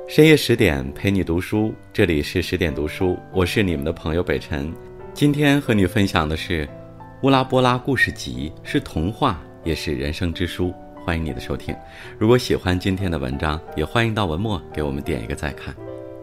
深夜10点陪你读书，这里是10点读书，我是你们的朋友北辰。今天和你分享的是乌拉波拉故事集，是童话，也是人生之书。欢迎你的收听。如果喜欢今天的文章，也欢迎到文末给我们点一个再看。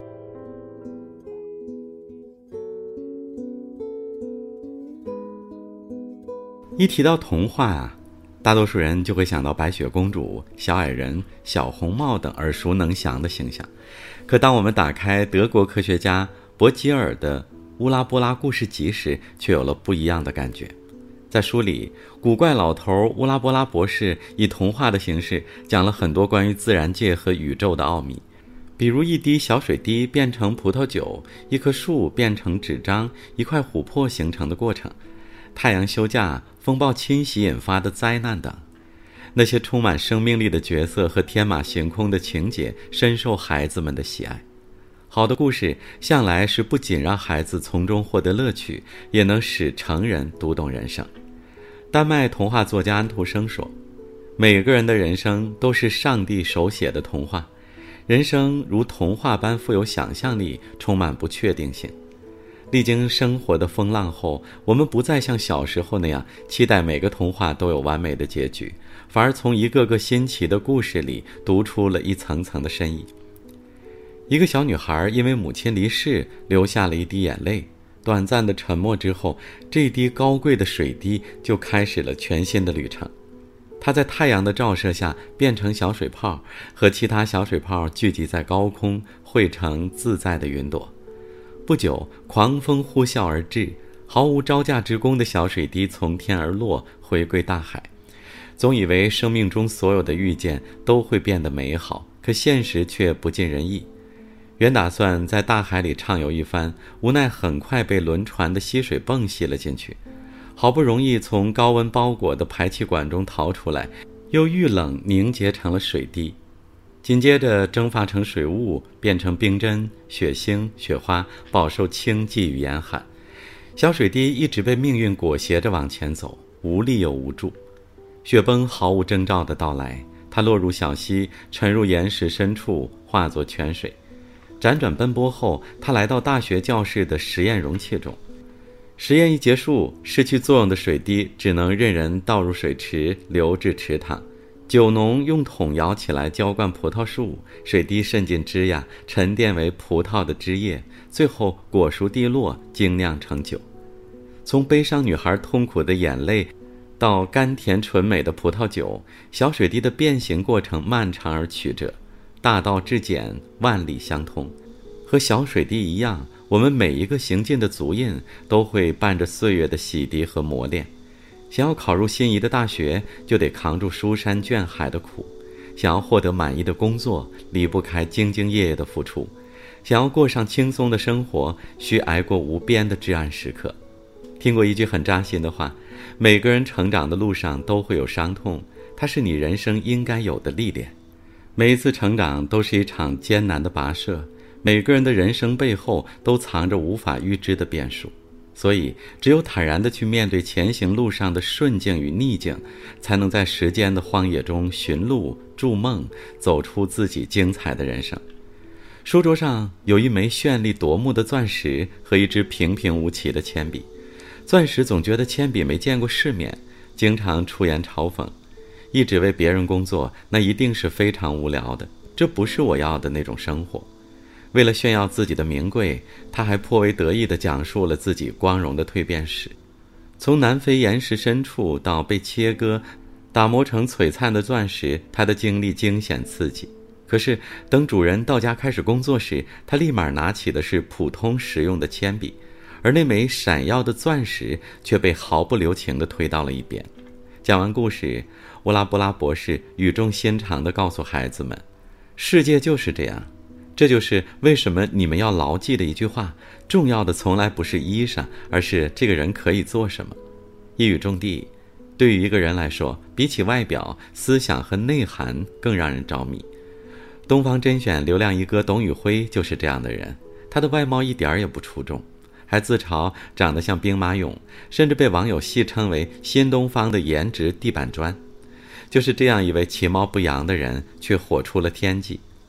一提到童话啊，大多数人就会想到白雪公主、小矮人、小红帽等耳熟能详的形象。可当我们打开德国科学家伯吉尔的《乌拉波拉故事集》时，却有了不一样的感觉。在书里，古怪老头乌拉波拉博士以童话的形式讲了很多关于自然界和宇宙的奥秘，比如一滴小水滴变成葡萄酒，一棵树变成纸张，一块琥珀形成的过程，太阳休假、风暴侵袭引发的灾难等。那些充满生命力的角色和天马行空的情节深受孩子们的喜爱。好的故事向来是不仅让孩子从中获得乐趣，也能使成人读懂人生。丹麦童话作家安徒生说，每个人的人生都是上帝手写的童话，人生如童话般富有想象力，充满不确定性。历经生活的风浪后，我们不再像小时候那样期待每个童话都有完美的结局，反而从一个个新奇的故事里读出了一层层的深意。一个小女孩因为母亲离世流下了一滴眼泪，短暂的沉默之后，这滴高贵的水滴就开始了全新的旅程。它在太阳的照射下变成小水泡，和其他小水泡聚集在高空，汇成自在的云朵。不久，狂风呼啸而至，毫无招架之功的小水滴从天而落，回归大海。总以为生命中所有的遇见都会变得美好，可现实却不尽人意。原打算在大海里畅游一番，无奈很快被轮船的吸水泵吸了进去。好不容易从高温包裹的排气管中逃出来，又遇冷凝结成了水滴。紧接着蒸发成水雾，变成冰针、雪星、雪花，饱受轻击与严寒。小水滴一直被命运裹挟着往前走，无力又无助。雪崩毫无征兆的到来，它落入小溪，沉入岩石深处，化作泉水。辗转奔波后，它来到大学教室的实验容器中。实验一结束，失去作用的水滴只能任人倒入水池，流至池塘。酒农用桶舀起来浇灌葡萄树，水滴渗进枝桠，沉淀为葡萄的汁液，最后果熟蒂落，精酿成酒。从悲伤女孩痛苦的眼泪到甘甜纯美的葡萄酒，小水滴的变形过程漫长而曲折，大道至简，万里相通。和小水滴一样，我们每一个行进的足印都会伴着岁月的洗涤和磨练。想要考入心仪的大学，就得扛住书山卷海的苦；想要获得满意的工作，离不开兢兢业业的付出；想要过上轻松的生活，需挨过无边的至暗时刻。听过一句很扎心的话，每个人成长的路上都会有伤痛，它是你人生应该有的历练。每一次成长都是一场艰难的跋涉，每个人的人生背后都藏着无法预知的变数。所以只有坦然地去面对前行路上的顺境与逆境，才能在时间的荒野中寻路筑梦，走出自己精彩的人生。书桌上有一枚绚丽夺目的钻石和一支平平无奇的铅笔。钻石总觉得铅笔没见过世面，经常出言嘲讽，一直为别人工作，那一定是非常无聊的，这不是我要的那种生活。为了炫耀自己的名贵，他还颇为得意地讲述了自己光荣的蜕变史。从南非岩石深处到被切割、打磨成璀璨的钻石，他的经历惊险刺激。可是等主人到家开始工作时，他立马拿起的是普通实用的铅笔，而那枚闪耀的钻石却被毫不留情地推到了一边。讲完故事，乌拉波拉博士语重心长地告诉孩子们，世界就是这样。这就是为什么你们要牢记的一句话，重要的从来不是衣裳，而是这个人可以做什么。一语中的，对于一个人来说，比起外表，思想和内涵更让人着迷。东方甄选流量一哥董宇辉就是这样的人，他的外貌一点也不出众，还自嘲长得像兵马俑，甚至被网友戏称为新东方的颜值地板砖。就是这样一位其貌不扬的人，却火出了天际。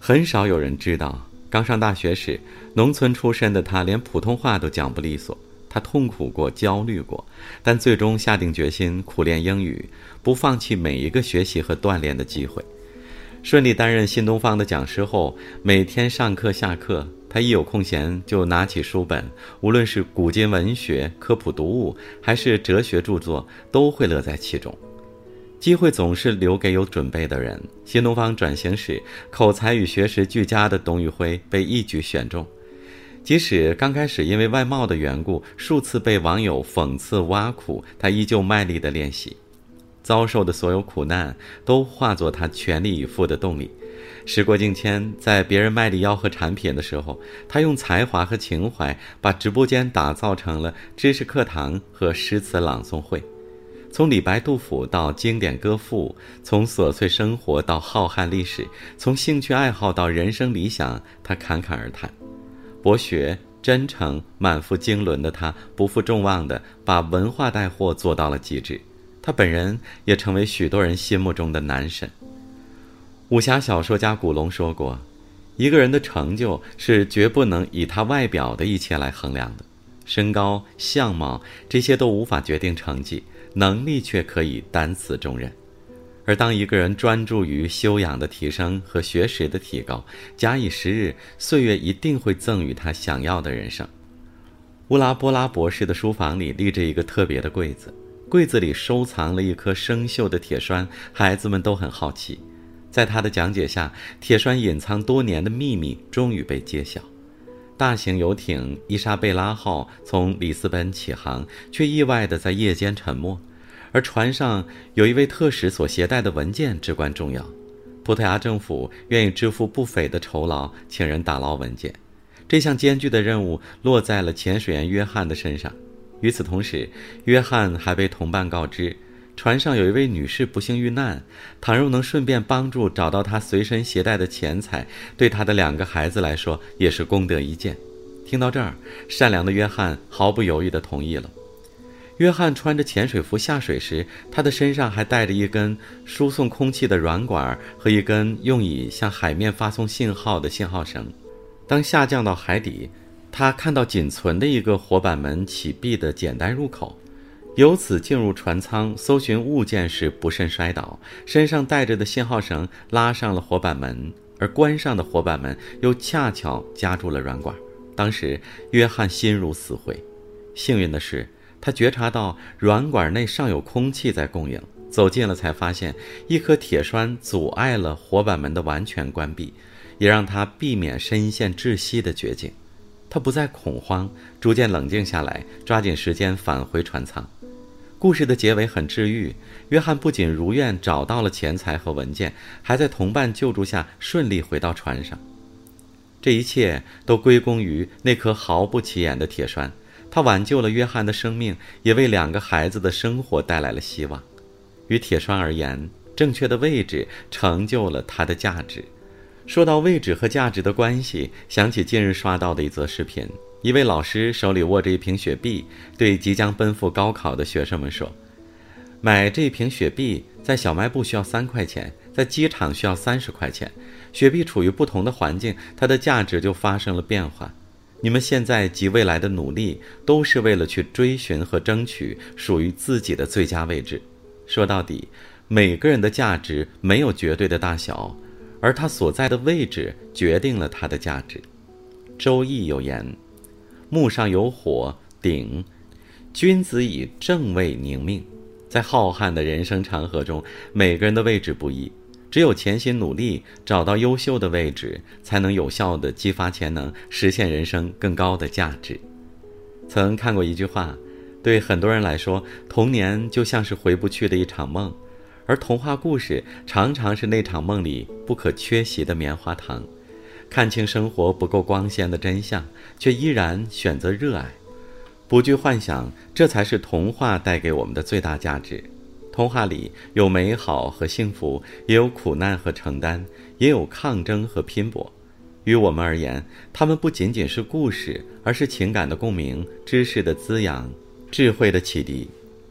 很少有人知道，刚上大学时，农村出身的他连普通话都讲不利索。他痛苦过，焦虑过，但最终下定决心苦练英语，不放弃每一个学习和锻炼的机会。顺利担任新东方的讲师后，每天上课下课，他一有空闲就拿起书本，无论是古今文学、科普读物，还是哲学著作，都会乐在其中。机会总是留给有准备的人。新东方转型时，口才与学识俱佳的董宇辉被一举选中。即使刚开始因为外貌的缘故，数次被网友讽刺挖苦，他依旧卖力的练习。遭受的所有苦难都化作他全力以赴的动力。时过境迁，在别人卖力吆喝产品的时候，他用才华和情怀把直播间打造成了知识课堂和诗词朗诵会。从李白杜甫到经典歌赋，从琐碎生活到浩瀚历史，从兴趣爱好到人生理想，他侃侃而谈。博学、真诚、满腹经纶的他，不负众望地把文化带货做到了极致。他本人也成为许多人心目中的男神。武侠小说家古龙说过，一个人的成就是绝不能以他外表的一切来衡量的，身高、相貌这些都无法决定成绩，能力却可以担此重任。而当一个人专注于修养的提升和学识的提高，假以时日，岁月一定会赠予他想要的人生。乌拉波拉博士的书房里立着一个特别的柜子，柜子里收藏了一颗生锈的铁栓，孩子们都很好奇。在他的讲解下，铁栓隐藏多年的秘密终于被揭晓。大型游艇伊莎贝拉号从里斯本起航，却意外地在夜间沉没。而船上有一位特使所携带的文件至关重要，葡萄牙政府愿意支付不菲的酬劳，请人打捞文件。这项艰巨的任务落在了潜水员约翰的身上。与此同时，约翰还被同伴告知，船上有一位女士不幸遇难，倘若能顺便帮助找到她随身携带的钱财，对她的2个孩子来说也是功德一件。听到这儿，善良的约翰毫不犹豫地同意了。约翰穿着潜水服下水时，他的身上还带着一根输送空气的软管和一根用以向海面发送信号的信号绳。当下降到海底，他看到仅存的一个活板门启闭的简单入口，由此进入船舱搜寻物件时不慎摔倒，身上带着的信号绳拉上了活板门，而关上的活板门又恰巧夹住了软管。当时约翰心如死灰。幸运的是，他觉察到软管内尚有空气在供应，走近了才发现一颗铁栓阻碍了活板门的完全关闭，也让他避免深陷窒息的绝境。他不再恐慌，逐渐冷静下来，抓紧时间返回船舱。故事的结尾很治愈，约翰不仅如愿找到了钱财和文件，还在同伴救助下顺利回到船上。这一切都归功于那颗毫不起眼的铁栓，它挽救了约翰的生命，也为2个孩子的生活带来了希望。于铁栓而言，正确的位置成就了它的价值。说到位置和价值的关系，想起近日刷到的一则视频，一位老师手里握着一瓶雪碧，对即将奔赴高考的学生们说，买这瓶雪碧在小卖部需要3块钱，在机场需要30块钱。雪碧处于不同的环境，它的价值就发生了变化。你们现在及未来的努力，都是为了去追寻和争取属于自己的最佳位置。说到底，每个人的价值没有绝对的大小，而他所在的位置决定了他的价值。周易有言，木上有火鼎，君子以正位宁命。在浩瀚的人生长河中，每个人的位置不一，只有潜心努力，找到优秀的位置，才能有效地激发潜能，实现人生更高的价值。曾看过一句话，对很多人来说，童年就像是回不去的一场梦，而童话故事常常是那场梦里不可缺席的棉花糖。看清生活不够光鲜的真相，却依然选择热爱，不惧幻想，这才是童话带给我们的最大价值。童话里有美好和幸福，也有苦难和承担，也有抗争和拼搏。于我们而言，它们不仅仅是故事，而是情感的共鸣，知识的滋养，智慧的启迪。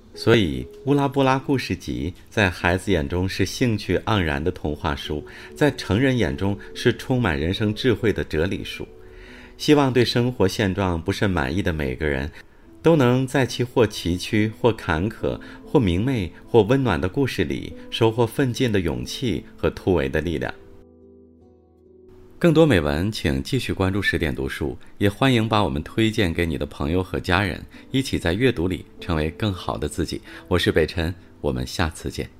所以乌拉波拉故事集在孩子眼中是兴趣盎然的童话书，在成人眼中是充满人生智慧的哲理书。希望对生活现状不甚满意的每个人都能在其或崎岖或坎坷或明媚或温暖的故事里收获奋进的勇气和突围的力量。更多美文请继续关注10点读书，也欢迎把我们推荐给你的朋友和家人，一起在阅读里成为更好的自己。我是北辰，我们下次见。